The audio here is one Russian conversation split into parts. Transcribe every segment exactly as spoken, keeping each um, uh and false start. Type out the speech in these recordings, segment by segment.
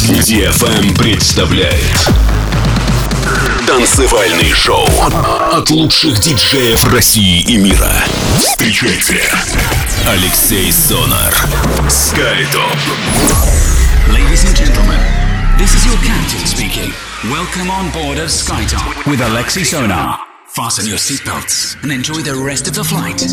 ди эф эм представляет танцевальный шоу от лучших диджеев России и мира. Встречайте, Алексей Сонар, Skytop. Ladies and gentlemen, this is your captain speaking. Welcome on board of Skytop with Alexei Sonar. Fasten your seatbelts and enjoy the rest of the flight.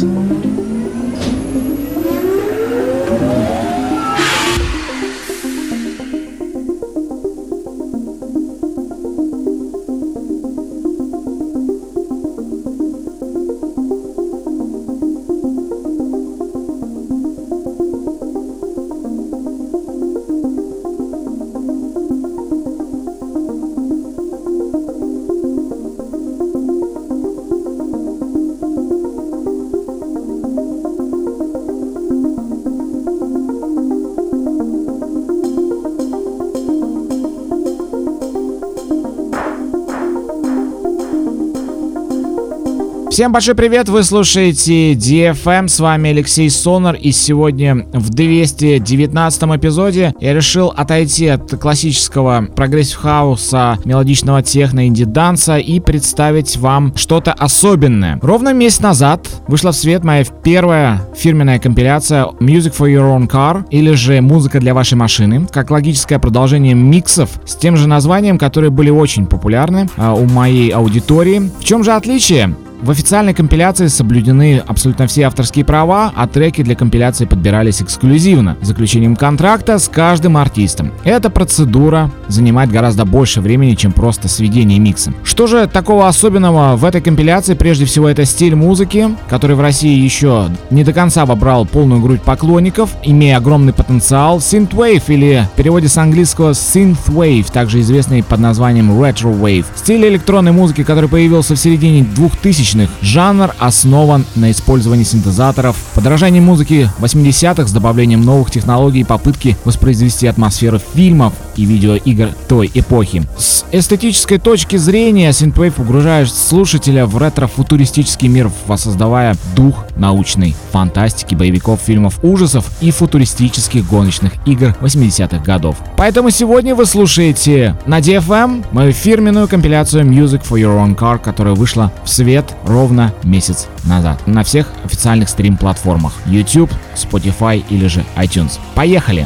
Всем большой привет, вы слушаете ди эф эм, с вами Алексей Сонар, и сегодня в двести девятнадцатом эпизоде я решил отойти от классического прогрессив-хауса, мелодичного техно, инди-данса и представить вам что-то особенное. Ровно месяц назад вышла в свет моя первая фирменная компиляция Music for Your Own Car, или же Музыка для вашей машины, как логическое продолжение миксов с тем же названием, которые были очень популярны а, у моей аудитории. В чем же отличие? В официальной компиляции соблюдены абсолютно все авторские права, а треки для компиляции подбирались эксклюзивно, с заключением контракта с каждым артистом. Эта процедура занимает гораздо больше времени, чем просто сведение микса. Что же такого особенного в этой компиляции? Прежде всего, это стиль музыки, который в России еще не до конца вобрал полную грудь поклонников, имея огромный потенциал. Synthwave, или в переводе с английского Synthwave, также известный под названием Retrowave. Стиль электронной музыки, который появился в середине двухтысячных. Жанр основан на использовании синтезаторов, подражании музыки восьмидесятых с добавлением новых технологий и попытки воспроизвести атмосферу фильмов и видеоигр той эпохи. С эстетической точки зрения Synthwave погружает слушателя в ретро-футуристический мир, воссоздавая дух научной фантастики, боевиков, фильмов ужасов и футуристических гоночных игр восьмидесятых годов. Поэтому сегодня вы слушаете на ди эф эм мою фирменную компиляцию Music for Your Own Car, которая вышла в свет ровно месяц назад на всех официальных стрим-платформах YouTube, Spotify или же iTunes. Поехали!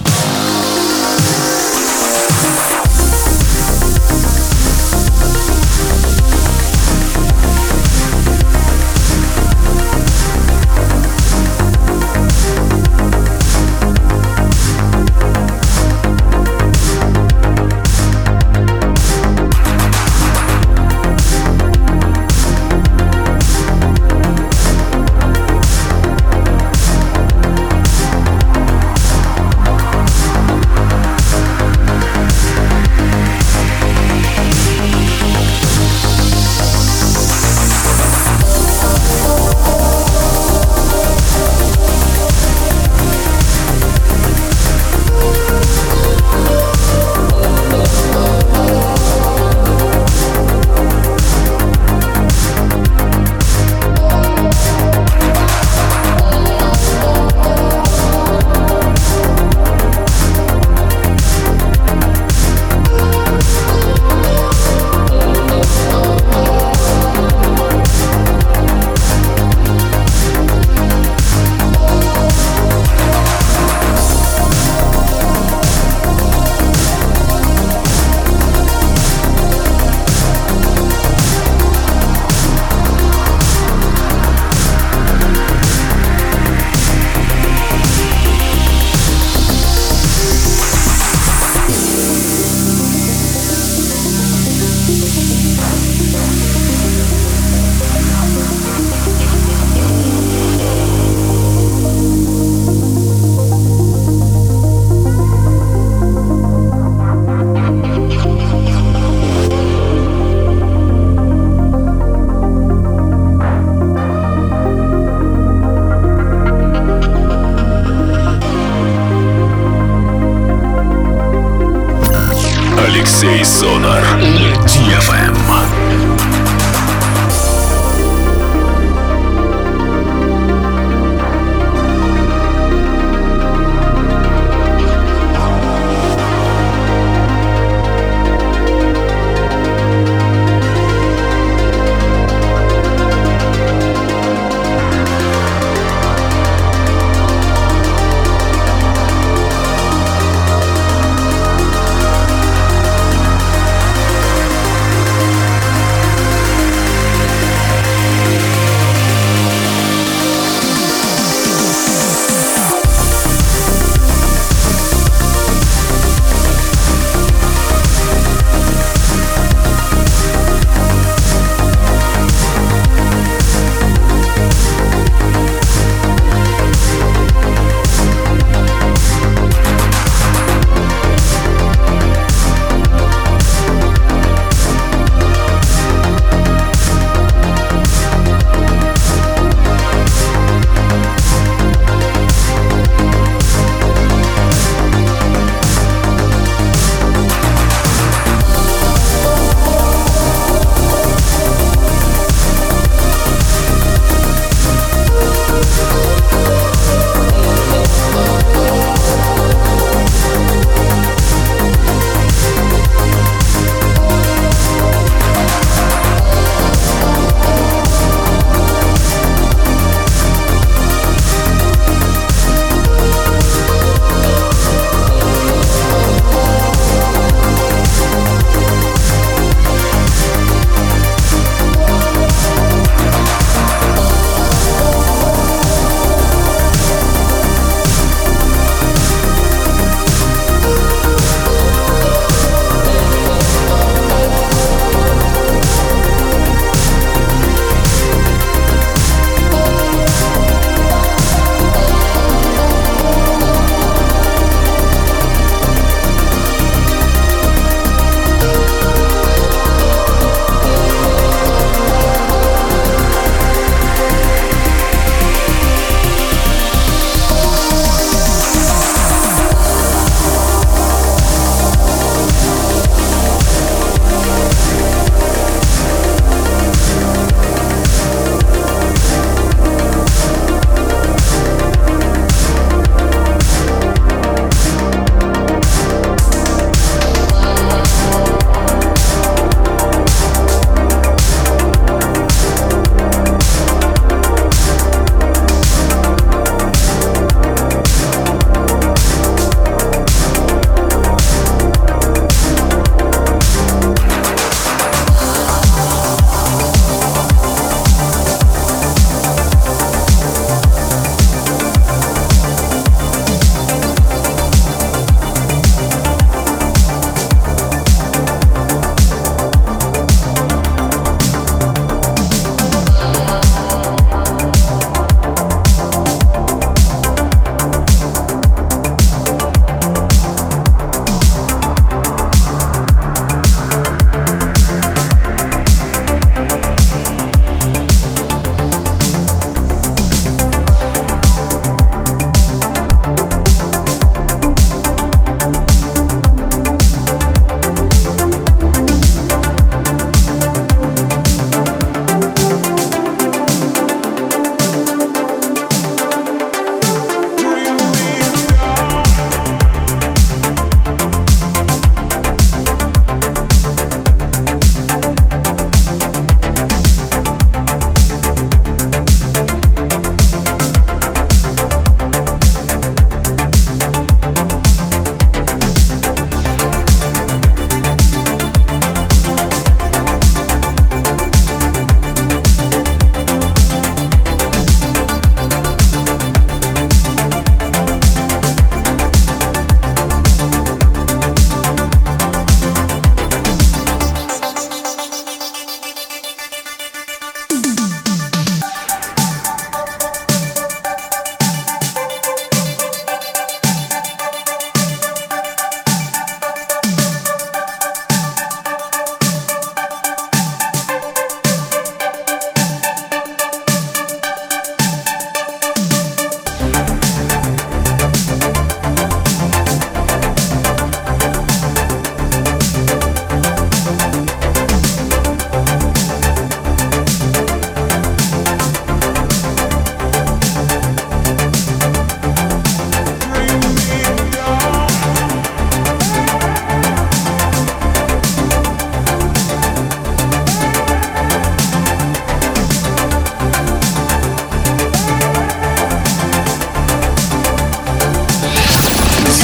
Алексей Сонар на ди эф эм.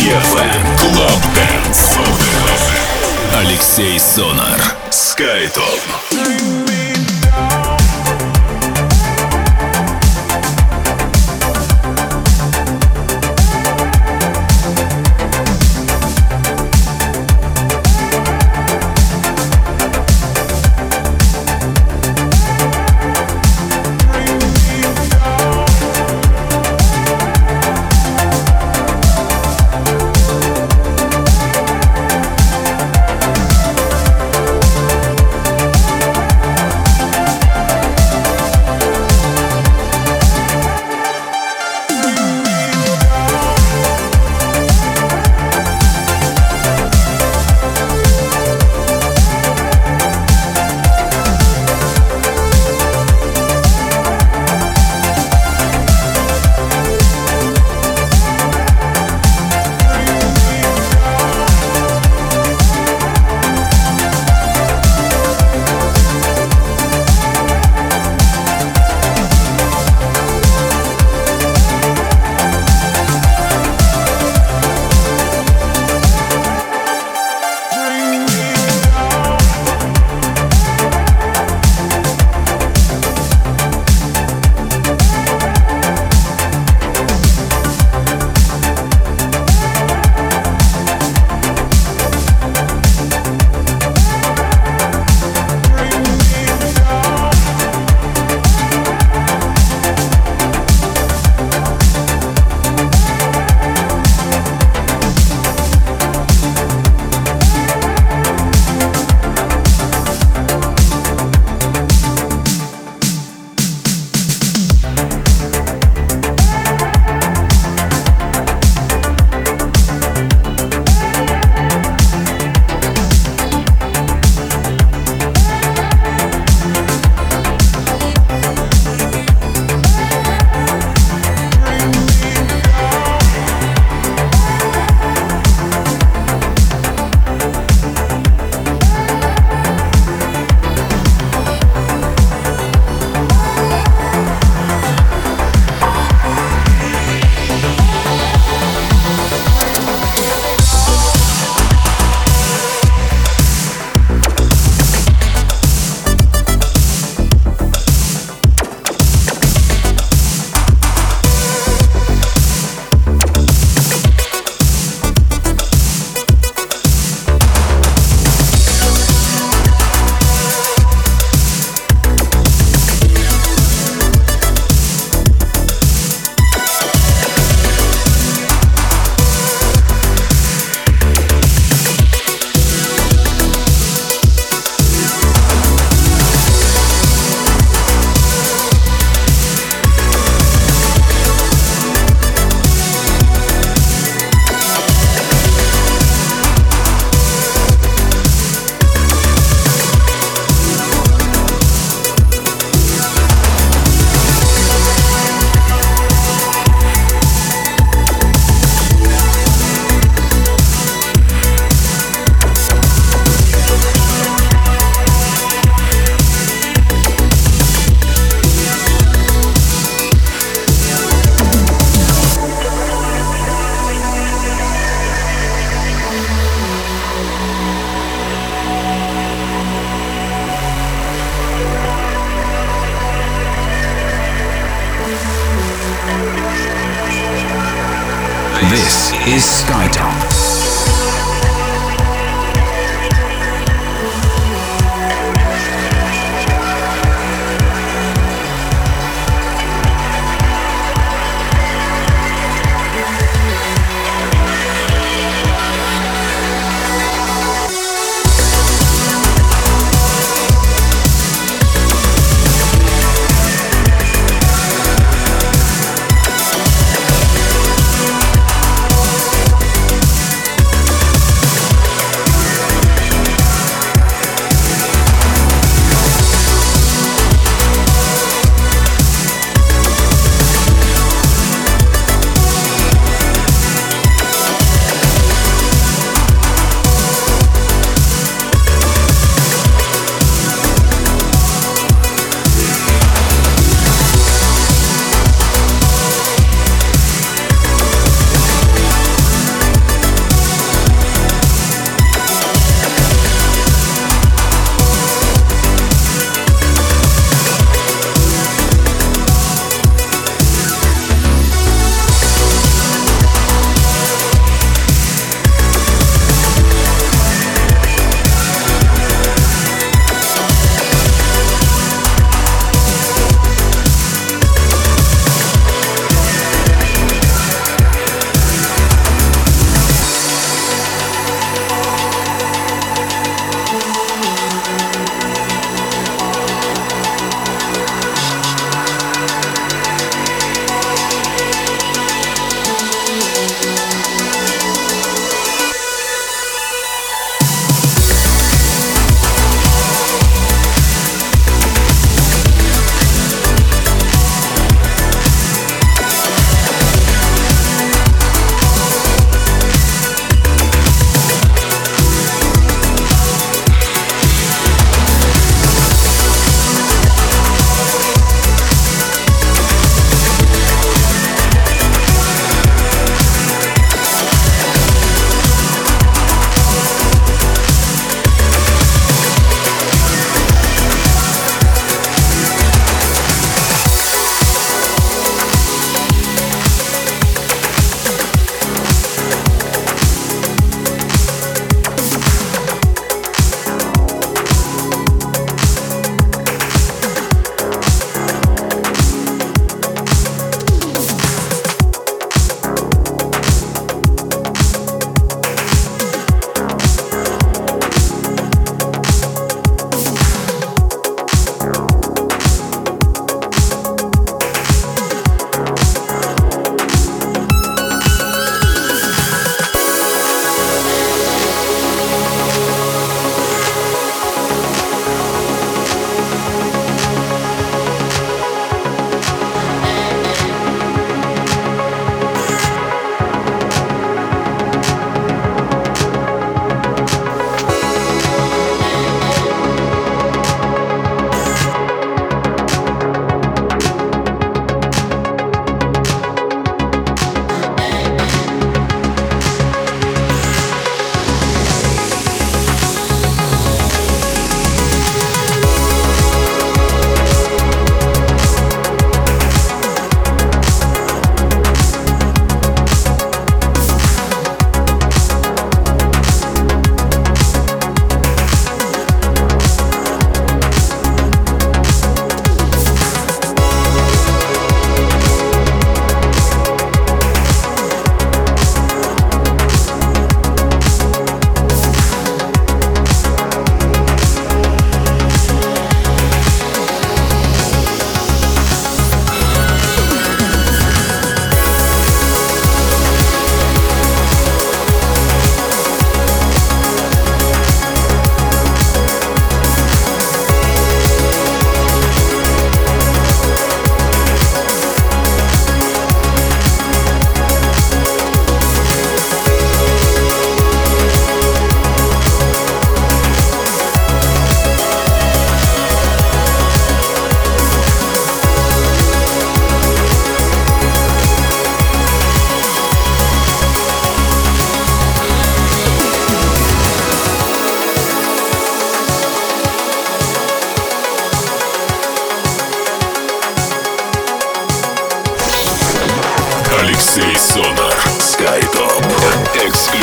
ди эф эм Club Dance. Алексей Сонар. Skytop. This is Skytop.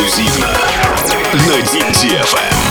Эксклюзивно на ди эф эм.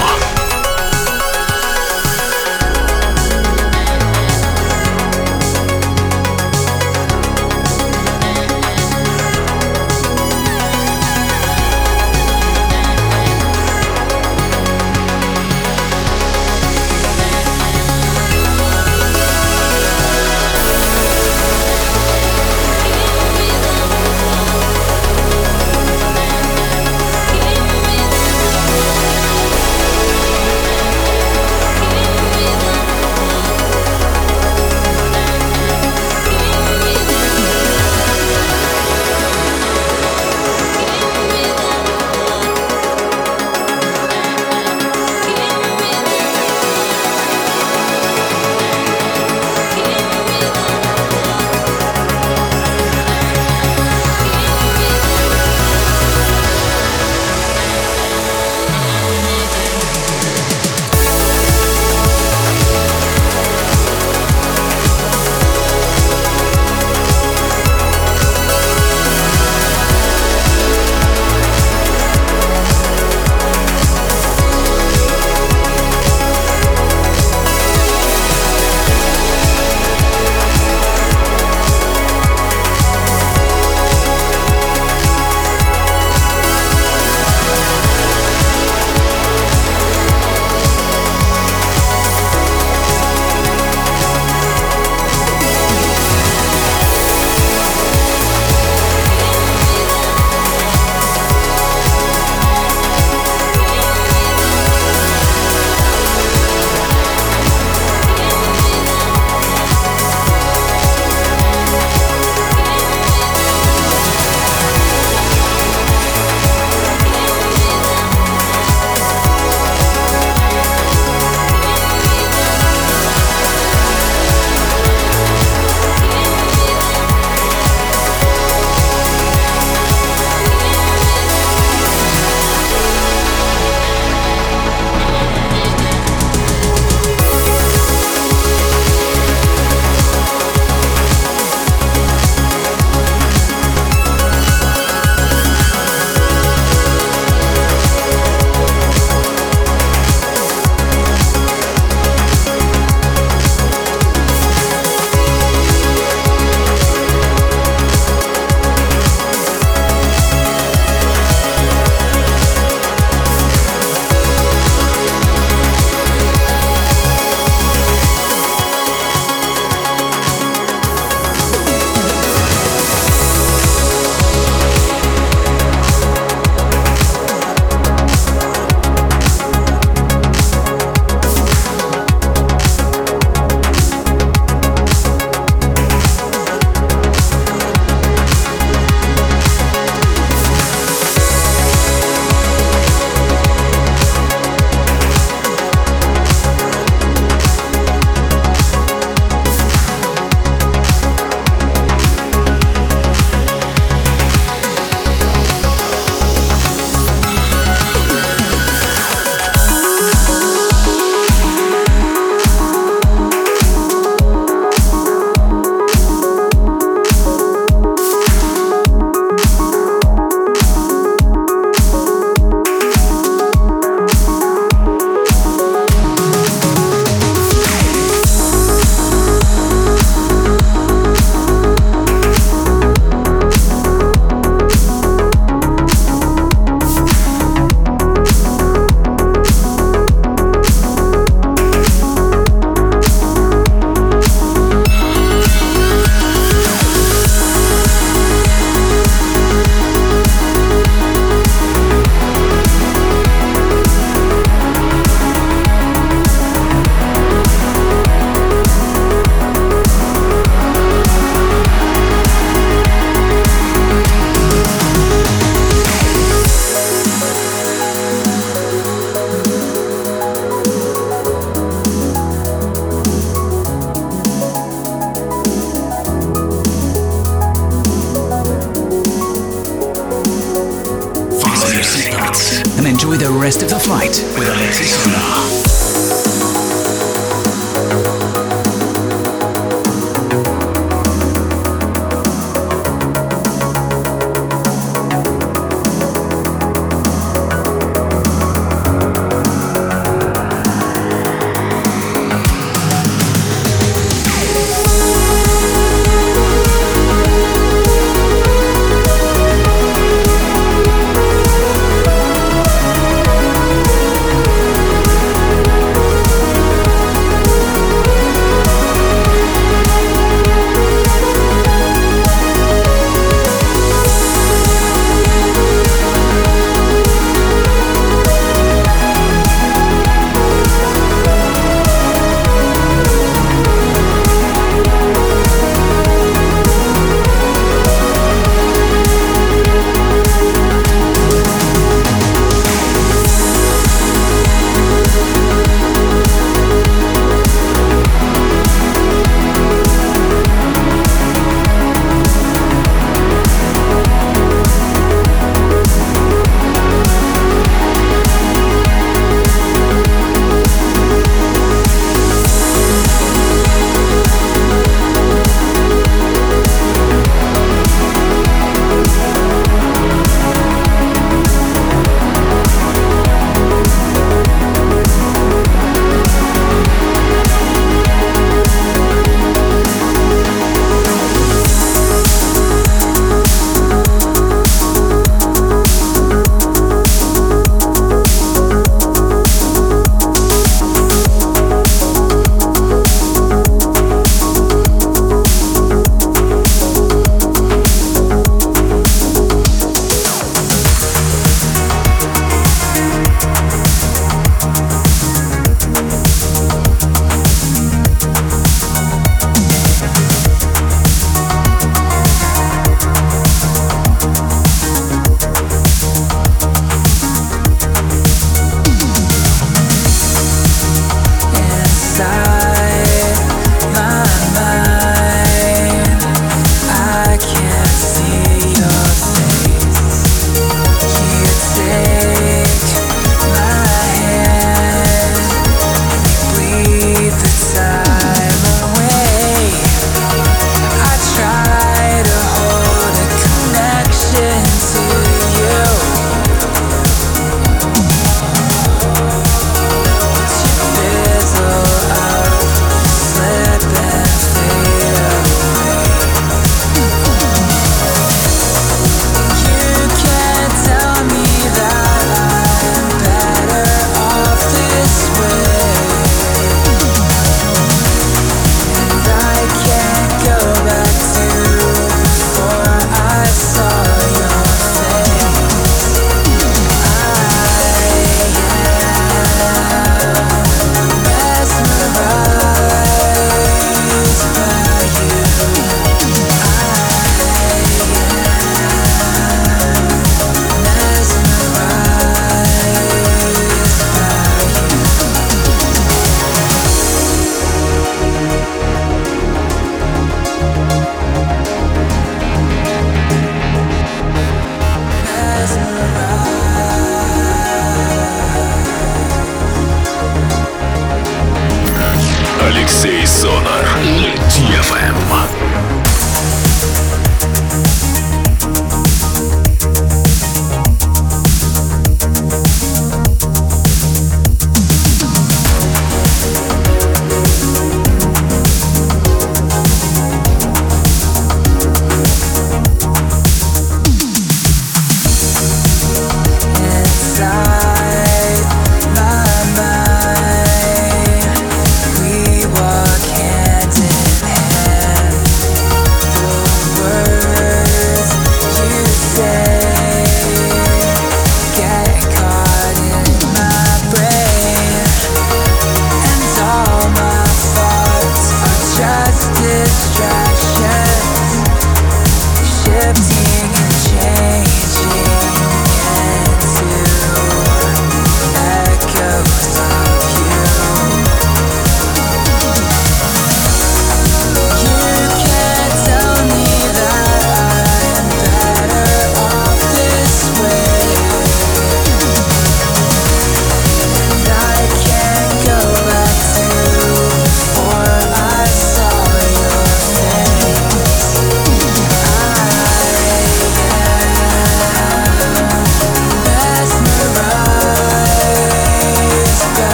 and enjoy the rest of the flight with Alexi Sonar.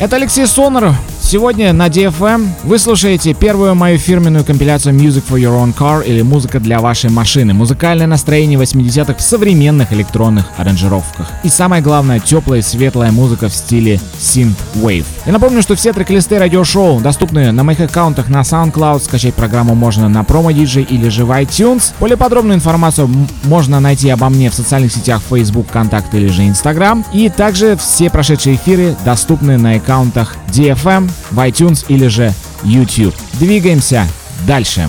Это Алексей Сонар. Сегодня на ди эф эм вы слушаете первую мою фирменную компиляцию Music for Your Own Car, или музыка для вашей машины. Музыкальное настроение восьмидесятых в современных электронных аранжировках. И самое главное, теплая и светлая музыка в стиле Synthwave. Я напомню, что все трек-листы радиошоу доступны на моих аккаунтах на SoundCloud. Скачать программу можно на промо-диджей или же в iTunes. Более подробную информацию можно найти обо мне в социальных сетях Facebook, ВКонтакте или же Instagram. И также все прошедшие эфиры доступны на аккаунтах ди эф эм в iTunes или же YouTube. Двигаемся дальше.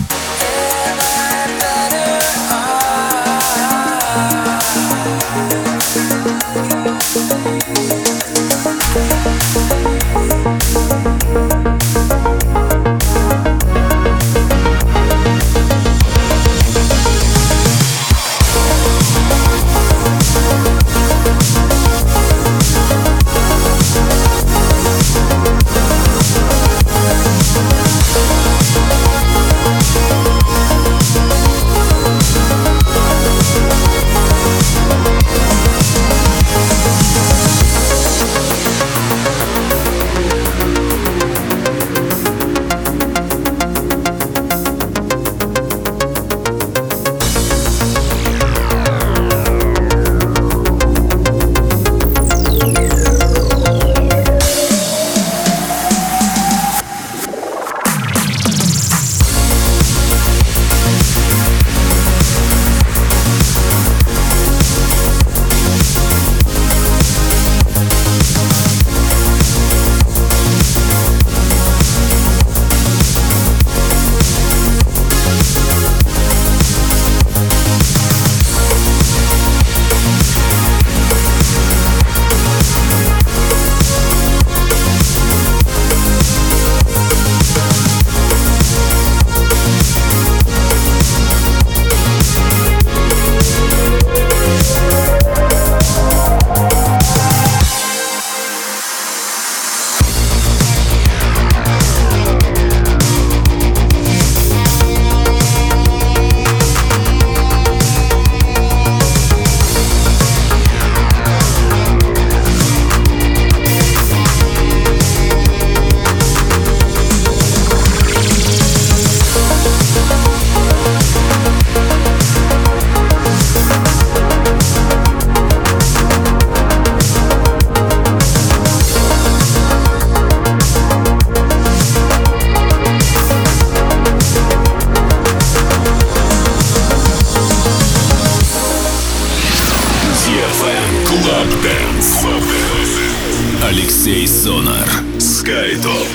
Алексей Сонар. Скайтоп.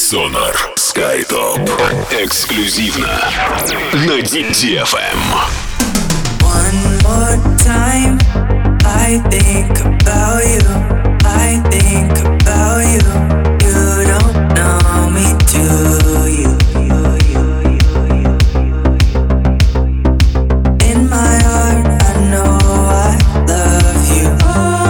Sonar Skytop. Эксклюзивно на ди эф эм. One more time, I think about you. I think about you. You don't know me, do you? In my heart, I know I love you.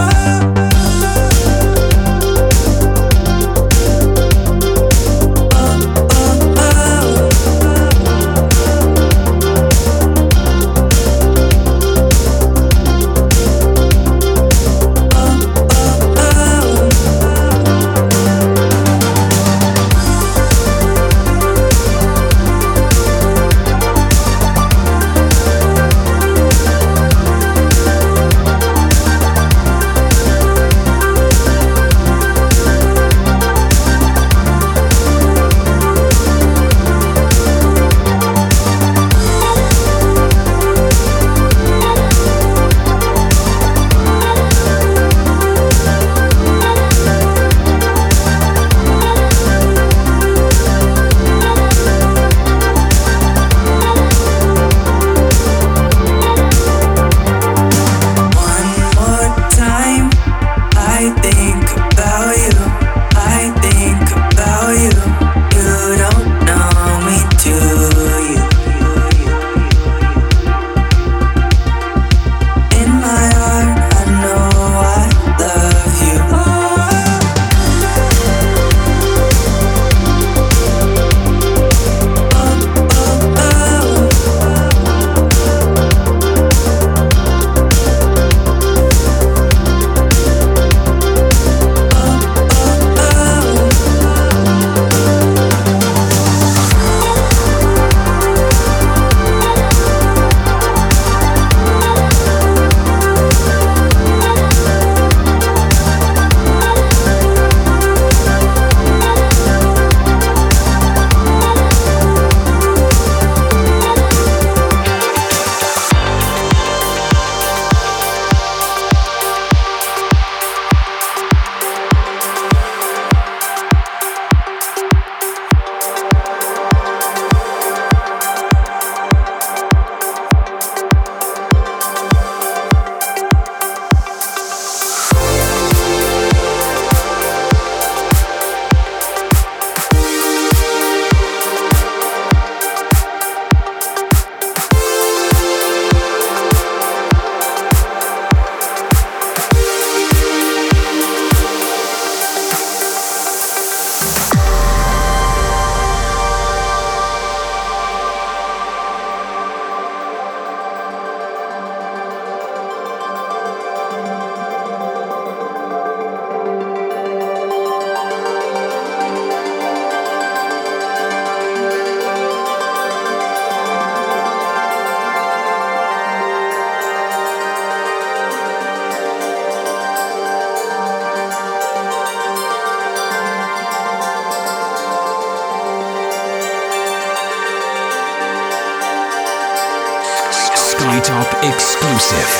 Skytop exclusive.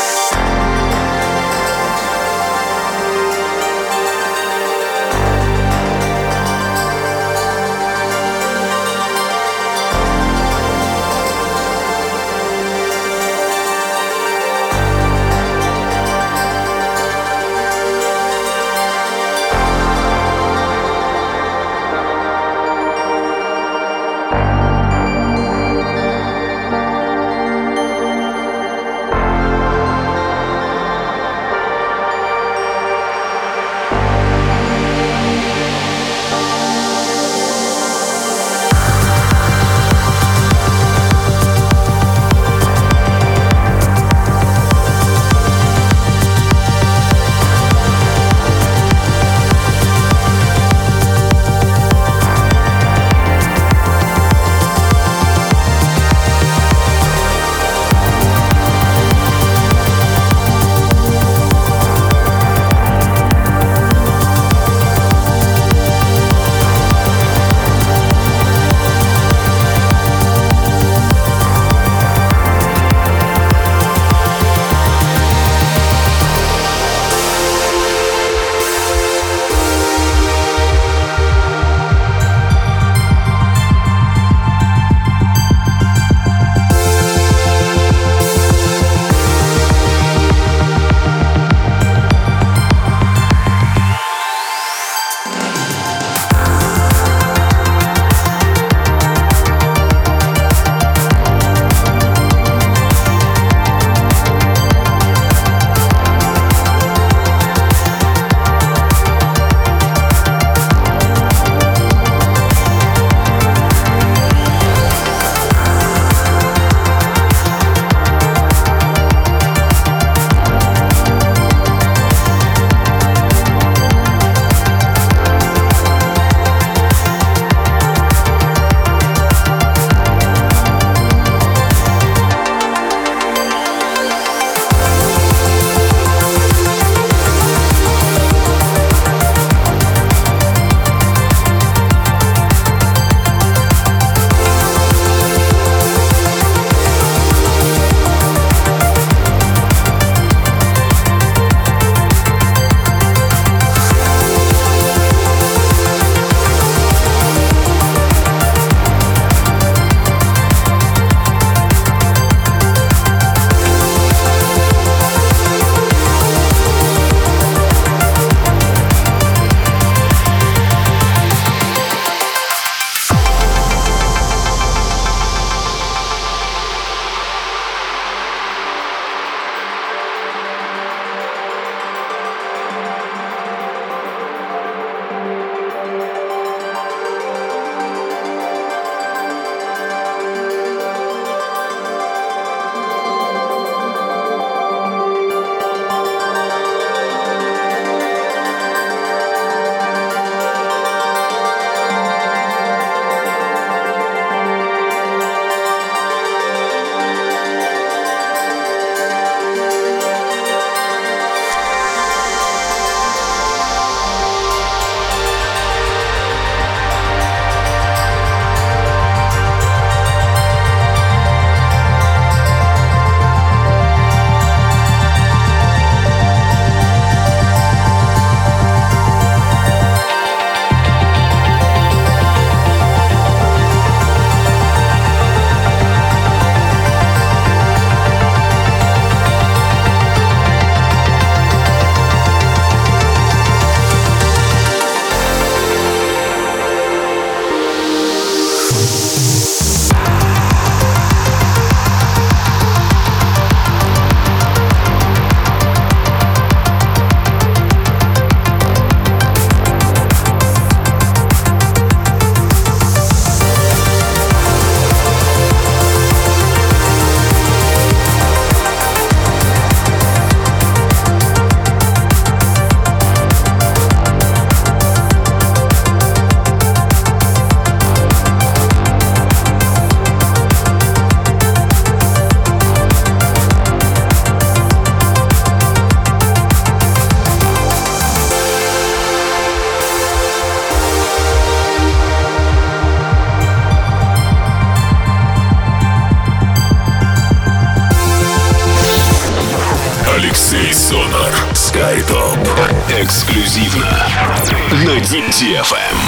Алексей Сонар. Skytop. Эксклюзивно на ди эф эм.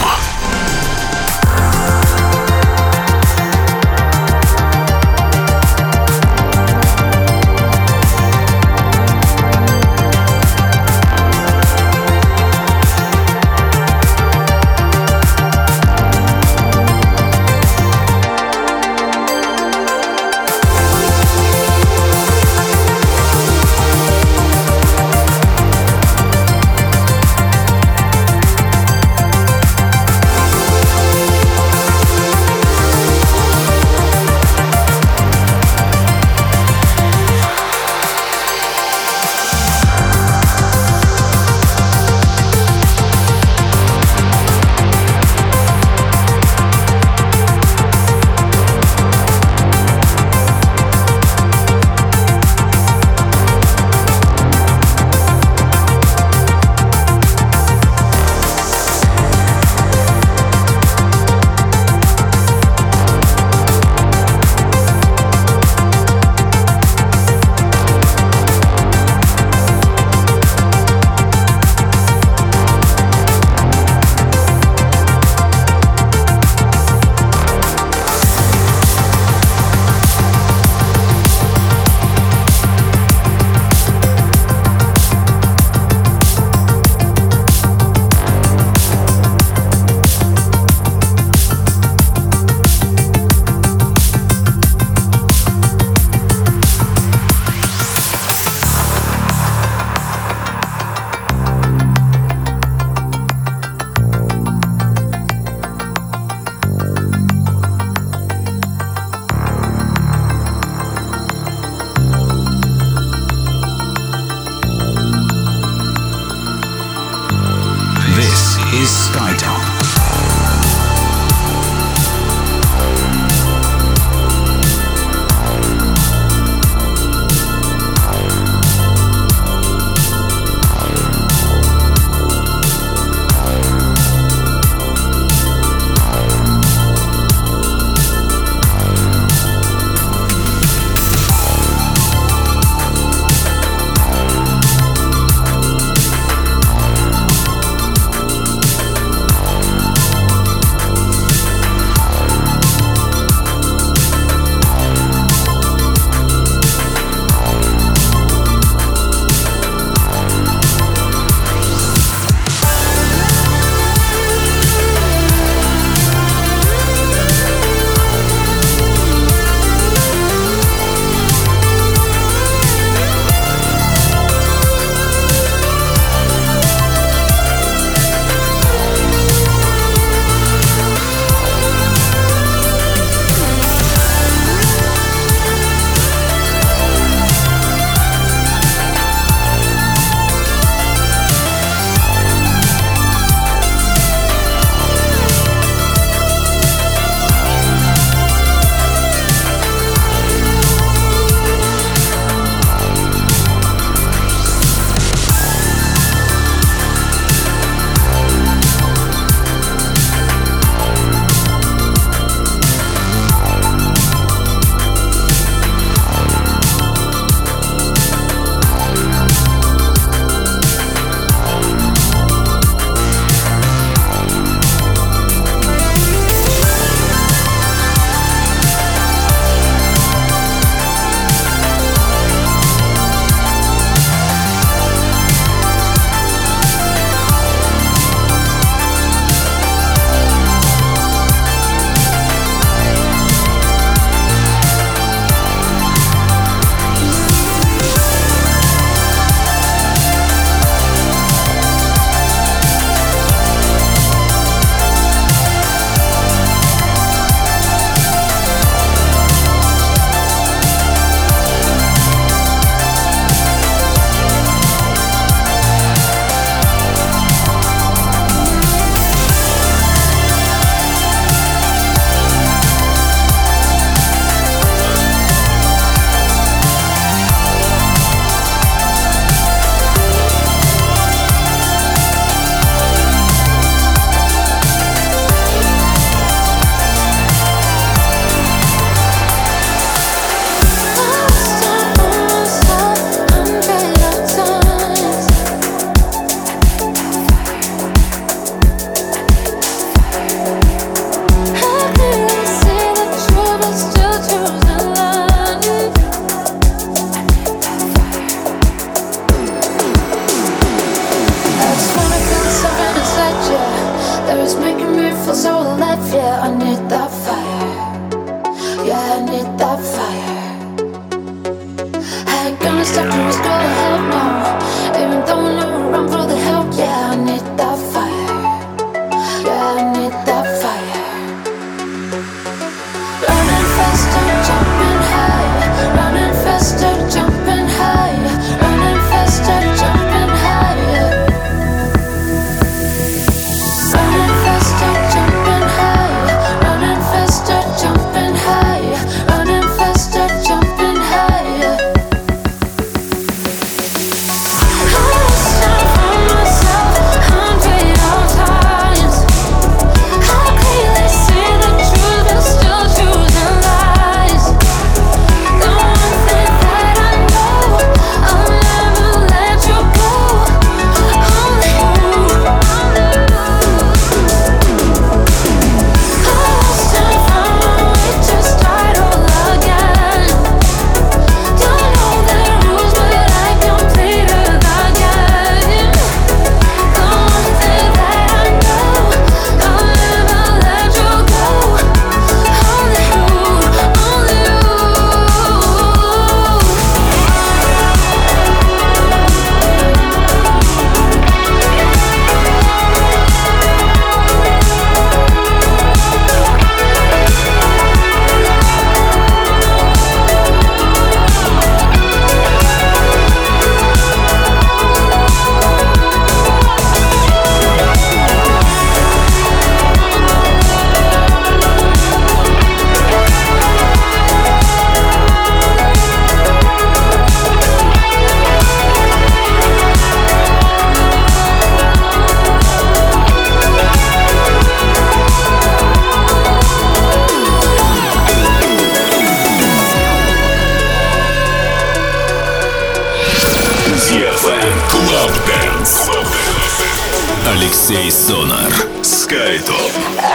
Club Dance. Алексей Сонар. Skytop.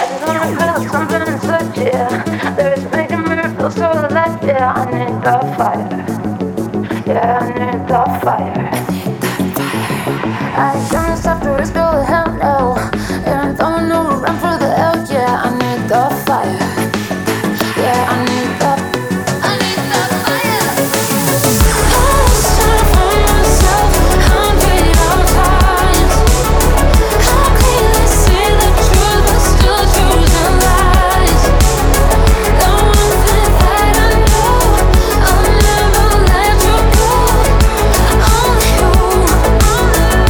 Yeah, I need the fire. I turn myself to risk all the hell no. And I don't know run for the hell. Yeah, I need the fire. Yeah, I need the I need the fire. I was trying to find myself hundred of times. How clearly see the truth but still choosing lies. The one thing that I know, I'll never let you go. Only you, only you.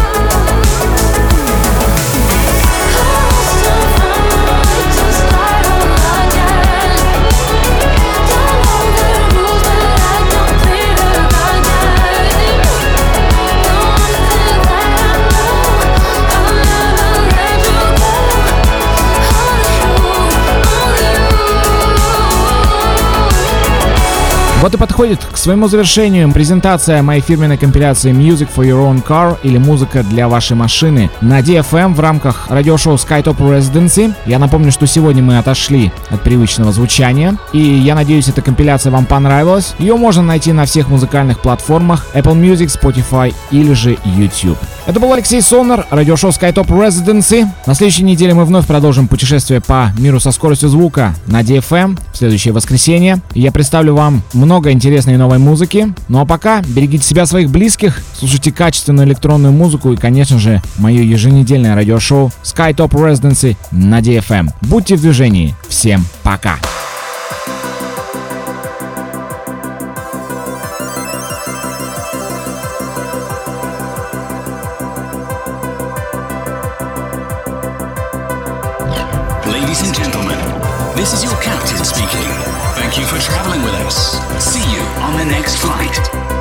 Вот и подходит к своему завершению презентация моей фирменной компиляции Music for Your Own Car или музыка для вашей машины на ди эф эм в рамках радиошоу Skytop Residency. Я напомню, что сегодня мы отошли от привычного звучания, и я надеюсь, эта компиляция вам понравилась. Ее можно найти на всех музыкальных платформах Apple Music, Spotify или же YouTube. Это был Алексей Сонар, радиошоу Skytop Residency. На следующей неделе мы вновь продолжим путешествие по миру со скоростью звука на ди эф эм в следующее воскресенье. Я представлю вам много Много интересной новой музыки. Ну а пока берегите себя, своих близких, слушайте качественную электронную музыку и, конечно же, мое еженедельное радиошоу Skytop Residency на ди эф эм. Будьте в движении. Всем пока! Ladies and gentlemen, this is your captain speaking. Thank you for traveling with us. See you on the next flight.